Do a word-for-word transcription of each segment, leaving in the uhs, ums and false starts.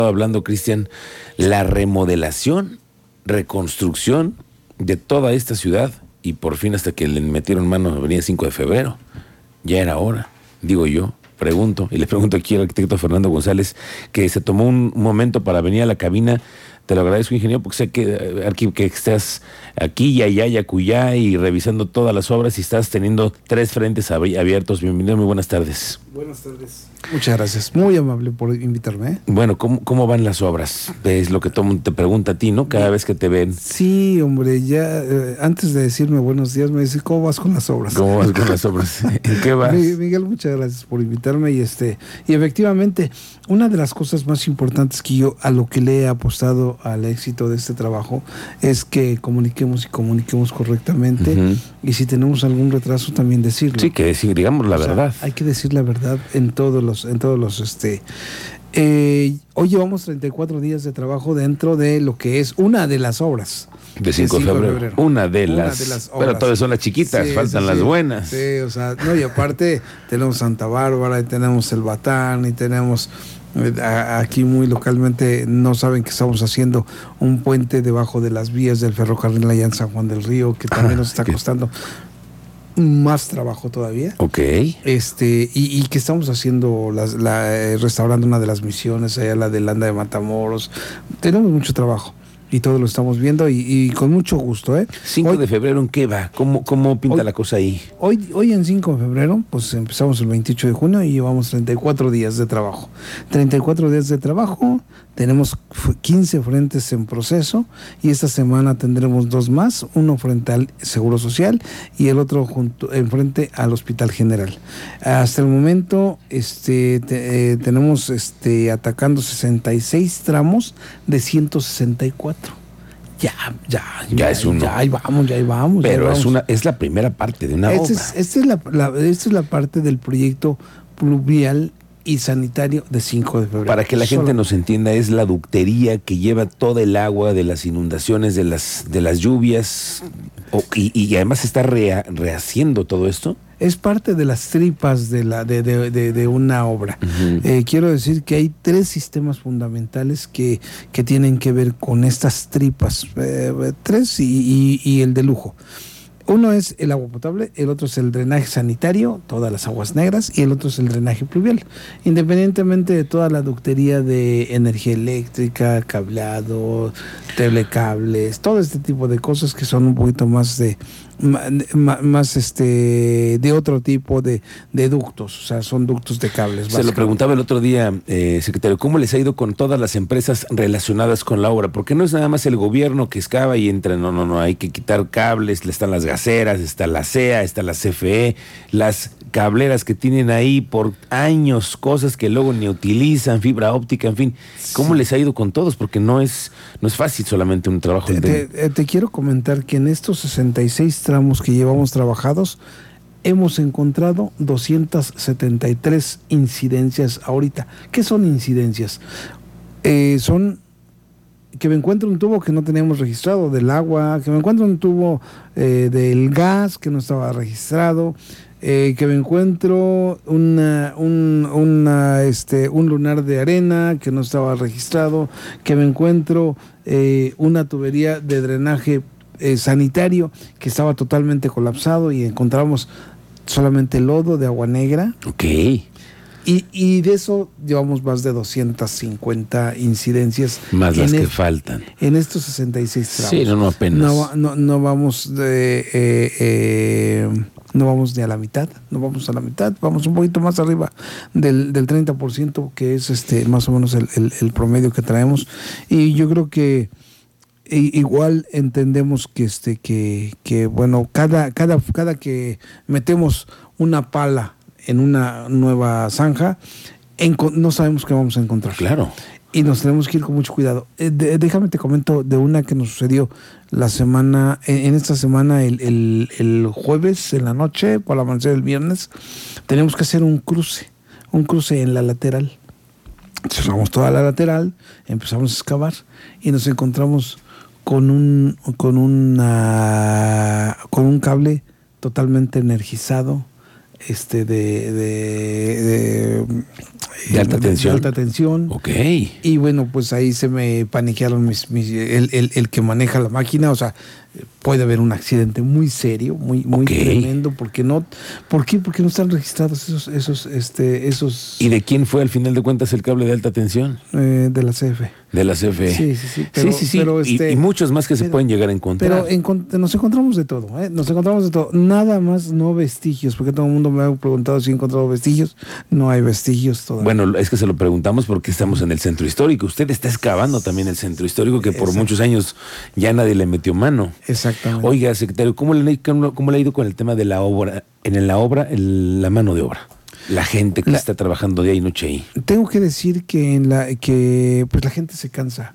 hablando, Cristian, la remodelación, reconstrucción de toda esta ciudad, y por fin hasta que le metieron mano venía cinco de febrero, ya era hora, digo yo, pregunto, y le pregunto aquí al arquitecto Fernando González, que se tomó un momento para venir a la cabina. Te lo agradezco, ingeniero, porque sé que, Arqui, que estás aquí y allá y acullá y revisando todas las obras y estás teniendo tres frentes abiertos. Bienvenido, muy buenas tardes. Buenas tardes. Muchas gracias, muy amable por invitarme. ¿eh? Bueno, ¿cómo, cómo van las obras? Es lo que todo mundo te pregunta a ti, ¿no? Cada vez que te ven. Sí, hombre, ya eh, antes de decirme buenos días, me dice, ¿cómo vas con las obras? ¿Cómo vas con las obras? ¿En qué vas? Miguel, muchas gracias por invitarme y este y efectivamente, una de las cosas más importantes que yo a lo que le he apostado al éxito de este trabajo es que comuniquemos y comuniquemos correctamente, uh-huh. y si tenemos algún retraso también decirlo. Sí, que decir, digamos la o verdad. Sea, hay que decir la verdad en todos los en todos los este eh, hoy llevamos treinta y cuatro días de trabajo dentro de lo que es una de las obras. De cinco de febrero. Una de una las. De las obras. Pero todas son las chiquitas, sí, faltan sí, las sí, buenas. Sí, o sea, no, y aparte tenemos Santa Bárbara y tenemos el Batán y tenemos eh, aquí muy localmente, no saben que estamos haciendo un puente debajo de las vías del ferrocarril allá en San Juan del Río, que también nos está costando más trabajo todavía. Ok. Este, y, y que estamos haciendo, las, la, eh, restaurando una de las misiones, allá la de Landa de Matamoros. Tenemos mucho trabajo y todo lo estamos viendo y, y con mucho gusto. ¿eh? cinco de febrero, ¿en qué va? ¿Cómo, cómo pinta hoy, la cosa ahí? Hoy, hoy en cinco de febrero, pues empezamos el veintiocho de junio y llevamos treinta y cuatro días de trabajo. treinta y cuatro días de trabajo, tenemos quince frentes en proceso y esta semana tendremos dos más, uno frente al Seguro Social y el otro junto, en frente al Hospital General. Hasta el momento este, te, eh, tenemos este, atacando sesenta y seis tramos de ciento sesenta y cuatro. Ya, ya, ya, ya es uno. Ya, ahí vamos, ya ahí vamos. Pero ahí vamos. es una, es la primera parte de una esta obra. Es, esta, es la, la, esta es la parte del proyecto pluvial y sanitario de cinco de febrero. Para que la Solo. gente nos entienda, es la ductería que lleva toda el agua de las inundaciones, de las, de las lluvias, o, y, y además está rea, rehaciendo todo esto. Es parte de las tripas de, la, de, de, de, de una obra. Uh-huh. Eh, quiero decir que hay tres sistemas fundamentales que, que tienen que ver con estas tripas, eh, tres y, y, y el de lujo. Uno es el agua potable, el otro es el drenaje sanitario, todas las aguas negras, y el otro es el drenaje pluvial. Independientemente de toda la ductería de energía eléctrica, cableado, telecables, todo este tipo de cosas que son un poquito más de más, más este de otro tipo de, de ductos, o sea, son ductos de cables. Se lo preguntaba el otro día, eh, secretario, ¿cómo les ha ido con todas las empresas relacionadas con la obra? Porque no es nada más el gobierno que excava y entra, no, no, no, hay que quitar cables, están las gaseras, está la C E A, está la C F E, las cableras que tienen ahí por años, cosas que luego ni utilizan, fibra óptica, en fin. ¿Cómo sí. les ha ido con todos? Porque no es, no es fácil solamente un trabajo. Te, de... te, te quiero comentar que en estos sesenta y seis tramos que llevamos trabajados, hemos encontrado doscientas setenta y tres incidencias ahorita. ¿Qué son incidencias? Eh, son que me encuentro un tubo que no teníamos registrado del agua, que me encuentro un tubo eh, del gas que no estaba registrado, eh, que me encuentro una, un, una, este, un lunar de arena que no estaba registrado, que me encuentro eh, una tubería de drenaje eh, sanitario que estaba totalmente colapsado y encontramos solamente lodo de agua negra. Ok. Y, y de eso llevamos más de doscientas cincuenta incidencias. Más las que el, faltan. En estos sesenta y seis tramos. Sí, no, no apenas. No, no, no vamos de, eh, eh, no vamos ni a la mitad, no vamos a la mitad, vamos un poquito más arriba del, del treinta por ciento, que es este más o menos el, el, el promedio que traemos. Y yo creo que igual entendemos que este que, que bueno, cada, cada, cada que metemos una pala en una nueva zanja, en, no sabemos qué vamos a encontrar. Claro. Y nos tenemos que ir con mucho cuidado. Eh, de, déjame te comento de una que nos sucedió la semana, en, en esta semana, el, el, el jueves en la noche, por la amanecer del viernes, tenemos que hacer un cruce, un cruce en la lateral. Cerramos toda la lateral, empezamos a excavar y nos encontramos con un, con una, con un cable totalmente energizado, este de, de, de De alta tensión. De alta tensión. Ok. Y bueno, pues ahí se me paniquearon mis, mis, el, el, el que maneja la máquina, o sea, puede haber un accidente muy serio, muy, muy okay. tremendo, porque no, ¿por qué? Porque no están registrados esos, esos, este, esos. ¿Y de quién fue al final de cuentas el cable de alta tensión? Eh, de la C F E. De la C F E. Sí, sí, sí. Pero, sí, sí, sí. Pero y, este, y muchos más que se pero, pueden llegar a encontrar. Pero encont nos encontramos de todo, ¿eh? Nos encontramos de todo. Nada más no vestigios, porque todo el mundo me ha preguntado si he encontrado vestigios. No hay vestigios todavía. Bueno, es que se lo preguntamos porque estamos en el centro histórico. Usted está excavando también el centro histórico que por Exacto. muchos años ya nadie le metió mano. Exactamente. Oiga, secretario, ¿cómo le, cómo le ha ido con el tema de la obra? En la obra, el, la mano de obra. La gente que la, está trabajando día y noche ahí. Tengo que decir que en la que pues la gente se cansa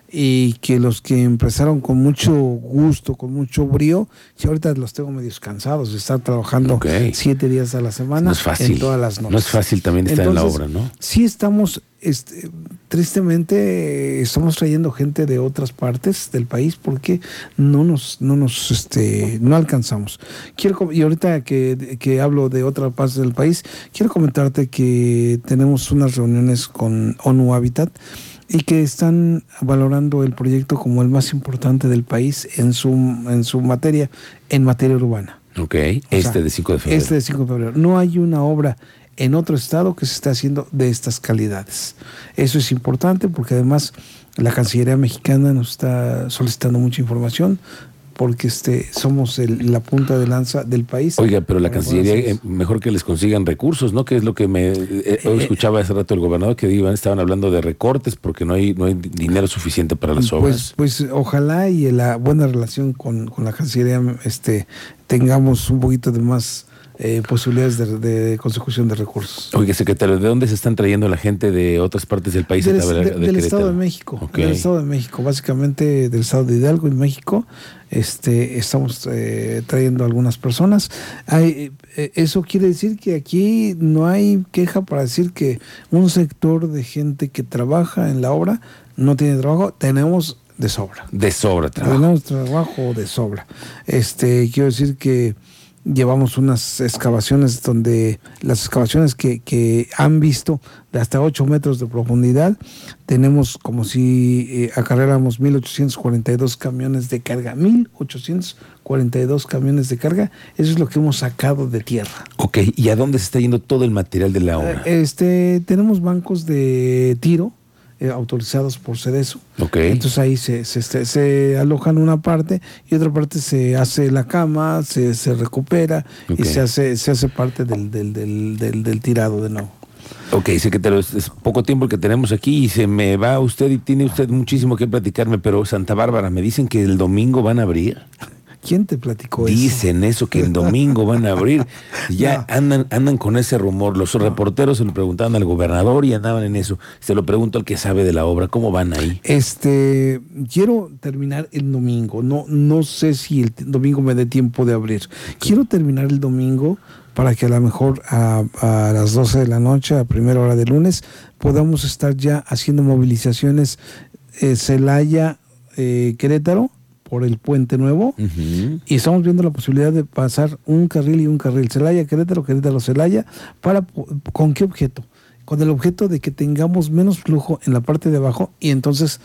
y que los que empezaron con mucho gusto, con mucho brío, y ahorita los tengo medios cansados de estar trabajando okay. siete días a la semana. No es fácil. En todas las noches. No es fácil también estar Entonces, en la obra, ¿no? Sí estamos, este, tristemente, estamos trayendo gente de otras partes del país porque no nos, no nos, este, no alcanzamos. Quiero y ahorita que, que hablo de otra parte del país, quiero comentarte que tenemos unas reuniones con ONU Habitat y que están valorando el proyecto como el más importante del país en su en su materia, en materia urbana. Ok, o este sea, de cinco de febrero. Este de cinco de febrero. No hay una obra en otro estado que se esté haciendo de estas calidades. Eso es importante porque además la Cancillería mexicana nos está solicitando mucha información porque este somos el, la punta de lanza del país. Oiga, pero la Cancillería, eh, mejor que les consigan recursos, ¿no? Que es lo que me eh, eh, escuchaba hace rato el gobernador, que iban, estaban hablando de recortes porque no hay no hay dinero suficiente para las obras. Pues, pues ojalá y en la buena relación con, con la Cancillería este, tengamos un poquito de más Eh, posibilidades de, de consecución de recursos. Oiga, secretario, ¿de dónde se están trayendo la gente de otras partes del país? Del, a de, de del Estado de México. Okay. Del Estado de México, básicamente del Estado de Hidalgo y México. Este, estamos eh, trayendo algunas personas. Hay, eh, eso quiere decir que aquí no hay queja para decir que un sector de gente que trabaja en la obra no tiene trabajo. Tenemos de sobra. De sobra trabajo. Tenemos trabajo de sobra. Este, quiero decir que llevamos unas excavaciones donde las excavaciones que, que han visto de hasta ocho metros de profundidad, tenemos como si eh, acarreáramos mil ochocientos cuarenta y dos camiones de carga, mil ochocientos cuarenta y dos camiones de carga, eso es lo que hemos sacado de tierra. Ok, ¿y a dónde se está yendo todo el material de la obra? Este, tenemos bancos de tiro, Eh, autorizados por Sedeso. Okay. Entonces ahí se, se, se, se alojan una parte y otra parte se hace la cama, se, se recupera okay. y se hace, se hace parte del, del, del, del, del tirado de nuevo. Ok, secretario, es, es poco tiempo el que tenemos aquí y se me va usted y tiene usted muchísimo que platicarme, pero Santa Bárbara, me dicen que el domingo van a abrir. ¿Quién te platicó Dicen eso? Dicen eso, que el domingo van a abrir. Ya no. andan andan con ese rumor. Los no. reporteros se lo preguntaban al gobernador y andaban en eso. Se lo pregunto al que sabe de la obra. ¿Cómo van ahí? Este, quiero terminar el domingo. No, no sé si el domingo me dé tiempo de abrir. Quiero terminar el domingo para que a lo mejor a, a las doce de la noche, a primera hora de lunes, podamos estar ya haciendo movilizaciones eh, Celaya, eh, Querétaro, por el Puente Nuevo, uh-huh. y estamos viendo la posibilidad de pasar un carril y un carril, Celaya, Querétaro, Querétaro, Celaya, para, ¿con qué objeto? Con el objeto de que tengamos menos flujo en la parte de abajo y entonces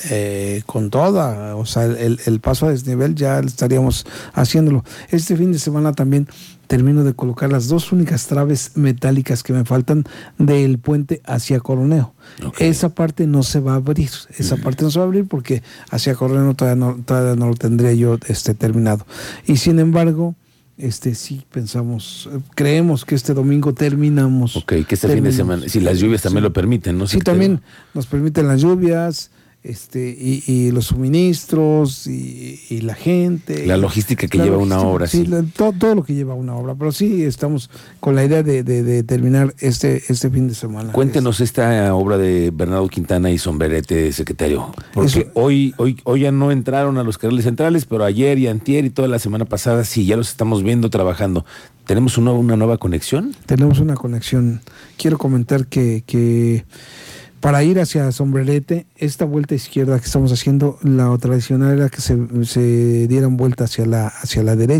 eh, con toda, o sea, el, el paso a desnivel ya estaríamos haciéndolo. Este fin de semana también termino de colocar las dos únicas traves metálicas que me faltan del puente hacia Coroneo. Okay. Esa parte no se va a abrir, esa mm. parte no se va a abrir porque hacia Coroneo todavía no, todavía no lo tendría yo este, terminado. Y sin embargo, este sí pensamos, creemos que este domingo terminamos. Ok, que este fin de semana, si las lluvias también sí. lo permiten, ¿no? Sí, también nos permiten las lluvias, este y, y los suministros y, y la gente. La logística que la lleva logística, una obra, sí. sí. La, todo, todo lo que lleva una obra, pero sí estamos con la idea de, de, de terminar este, este fin de semana. Cuéntenos esta obra de Bernardo Quintana y Sombrerete, secretario, porque Eso, hoy, hoy, hoy ya no entraron a los carriles centrales, pero ayer y antier y toda la semana pasada sí, ya los estamos viendo trabajando. ¿Tenemos una, una nueva conexión? Tenemos una conexión. Quiero comentar que... que para ir hacia Sombrerete, esta vuelta izquierda que estamos haciendo, la tradicional era que se, se dieran vuelta hacia la, hacia la derecha,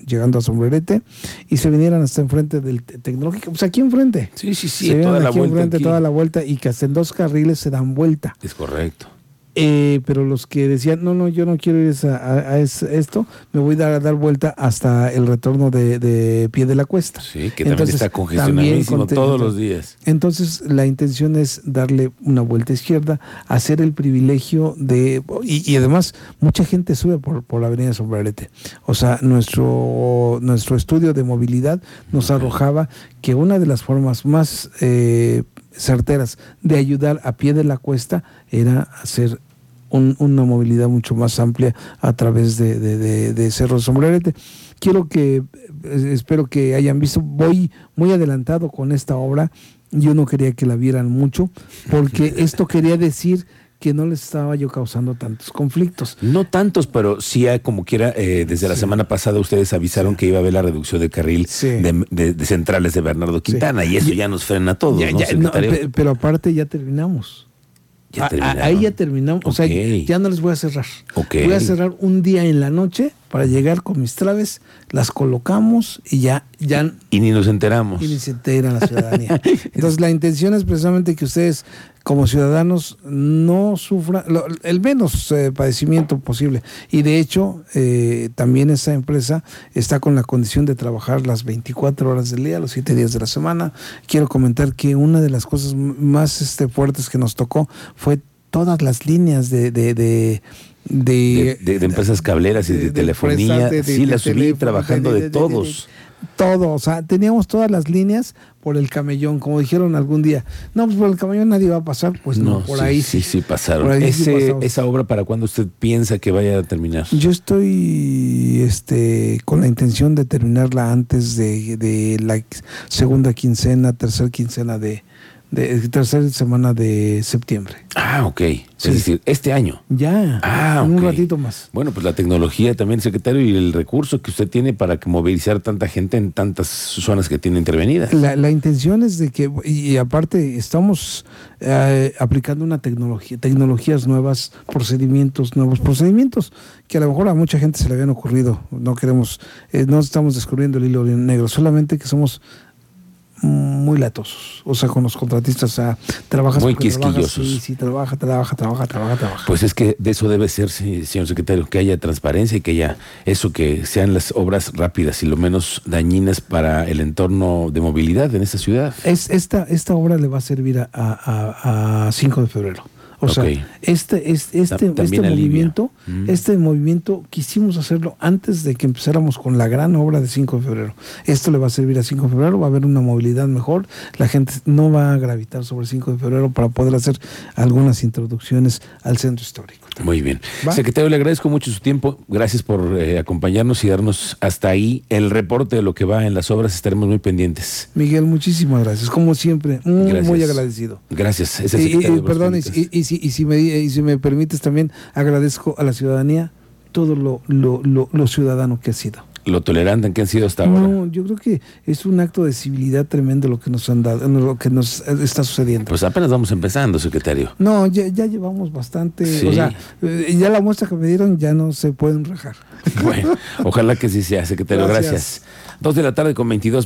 llegando a Sombrerete, y se vinieran hasta enfrente del tecnológico, pues aquí enfrente. Sí, sí, sí, se toda la aquí vuelta. Enfrente, Aquí. toda la vuelta, y que hasta en dos carriles se dan vuelta. Es correcto. Eh, pero los que decían, no, no, yo no quiero ir a, a, a esto, me voy a dar, a dar vuelta hasta el retorno de, de Pie de la Cuesta. Sí, que entonces, también está congestionadísimo también todos los días. Entonces, la intención es darle una vuelta izquierda, hacer el privilegio de... Y, y además, mucha gente sube por, por la avenida Sombrerete. O sea, nuestro, nuestro estudio de movilidad nos arrojaba que una de las formas más... Eh, certeras de ayudar a Pie de la Cuesta era hacer un, una movilidad mucho más amplia a través de, de, de, de Cerro Sombrerete. Quiero que, espero que hayan visto, voy muy adelantado con esta obra, yo no quería que la vieran mucho, porque esto quería decir que no les estaba yo causando tantos conflictos. No tantos, pero sí, como quiera, eh, desde la sí. semana pasada ustedes avisaron que iba a haber la reducción de carril sí. de, de, de centrales de Bernardo Quintana, sí. y eso ya nos frena a todos, ya, ¿no, ya, no, pero aparte ya terminamos. Ya a, ahí ya terminamos, okay. O sea, ya no les voy a cerrar. Okay. Voy a cerrar un día en la noche para llegar con mis traves, las colocamos y ya, ya y ni nos enteramos. Y ni se entera la ciudadanía. Entonces la intención es precisamente que ustedes, como ciudadanos, no sufran lo, el menos eh, padecimiento posible. Y de hecho, eh, también esa empresa está con la condición de trabajar las veinticuatro horas del día, los siete días de la semana. Quiero comentar que una de las cosas más este, fuertes que nos tocó fue todas las líneas de... de, de De, de, de empresas cableras y de, de, de telefonía, de, de, sí, las subí trabajando de, de, de todos. De, de, de, todo, o sea, teníamos todas las líneas por el camellón, como dijeron algún día. No, pues por el camellón nadie va a pasar, pues no, no por sí, ahí sí. Sí, sí pasaron. Ahí Ese, sí ¿Esa obra para cuándo usted piensa que vaya a terminar? Yo estoy este, con la intención de terminarla antes de, de la segunda quincena, tercera quincena de... de tercera semana de septiembre. Ah, ok. Sí. Es decir, este año. Ya. Ah, un okay. ratito más. Bueno, pues la tecnología también, secretario, y el recurso que usted tiene para movilizar tanta gente en tantas zonas que tiene intervenidas. La, la intención es de que, y aparte estamos eh, aplicando una tecnología, tecnologías nuevas, procedimientos nuevos, procedimientos que a lo mejor a mucha gente se le habían ocurrido. No queremos, eh, no estamos descubriendo el hilo negro, solamente que somos muy latosos, o sea, con los contratistas, o sea, trabajas muy quisquillosos. Sí, sí, trabaja, trabaja, trabaja, trabaja, trabaja. Pues es que de eso debe ser, sí, señor secretario, que haya transparencia y que haya eso, que sean las obras rápidas y lo menos dañinas para el entorno de movilidad en esta ciudad. Es, esta, esta obra le va a servir a, a, a cinco de febrero. O okay. sea, este, este, este, este movimiento, mm. este movimiento quisimos hacerlo antes de que empezáramos con la gran obra de cinco de febrero. Esto le va a servir a cinco de febrero, va a haber una movilidad mejor, la gente no va a gravitar sobre cinco de febrero para poder hacer algunas introducciones al centro histórico. Muy bien. ¿Va? Secretario, le agradezco mucho su tiempo, gracias por eh, acompañarnos y darnos hasta ahí el reporte de lo que va en las obras, estaremos muy pendientes. Miguel, muchísimas gracias, como siempre, muy, muy agradecido. Gracias. Es el y, y, perdón, y, y, y, y, si me, y si me permites también, agradezco a la ciudadanía todo lo, lo, lo, lo ciudadano que ha sido. Lo tolerante que han sido hasta ahora. No, yo creo que es un acto de civilidad tremendo lo que nos han dado, lo que nos está sucediendo. Pues apenas vamos empezando, secretario. No, ya, ya llevamos bastante, sí. O sea, ya la muestra que me dieron ya no se pueden rajar. Bueno, ojalá que sí sea, secretario. Gracias. Gracias. Dos de la tarde con veintidós